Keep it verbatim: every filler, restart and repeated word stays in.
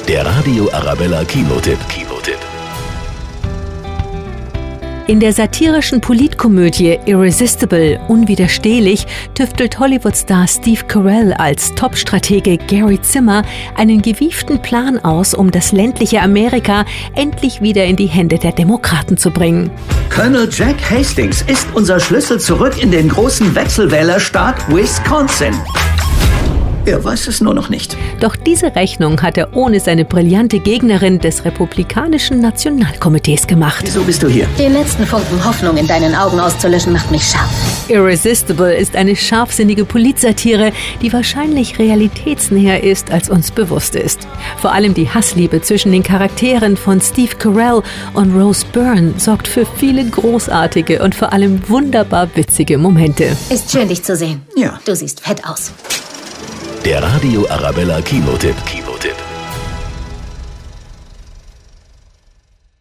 Der Radio Arabella Kinotipp. Kinotipp. In der satirischen Politkomödie Irresistible, unwiderstehlich, tüftelt Hollywood-Star Steve Carell als Top-Stratege Gary Zimmer einen gewieften Plan aus, um das ländliche Amerika endlich wieder in die Hände der Demokraten zu bringen. Colonel Jack Hastings ist unser Schlüssel zurück in den großen Wechselwählerstaat Wisconsin. Er weiß es nur noch nicht. Doch diese Rechnung hat er ohne seine brillante Gegnerin des Republikanischen Nationalkomitees gemacht. Wieso bist du hier? Den letzten Funken Hoffnung in deinen Augen auszulöschen, macht mich scharf. Irresistible ist eine scharfsinnige Politsatire, die wahrscheinlich realitätsnäher ist, als uns bewusst ist. Vor allem die Hassliebe zwischen den Charakteren von Steve Carell und Rose Byrne sorgt für viele großartige und vor allem wunderbar witzige Momente. Ist schön, dich zu sehen. Ja. Du siehst fett aus. Der Radio Arabella Kinotipp. Kinotipp.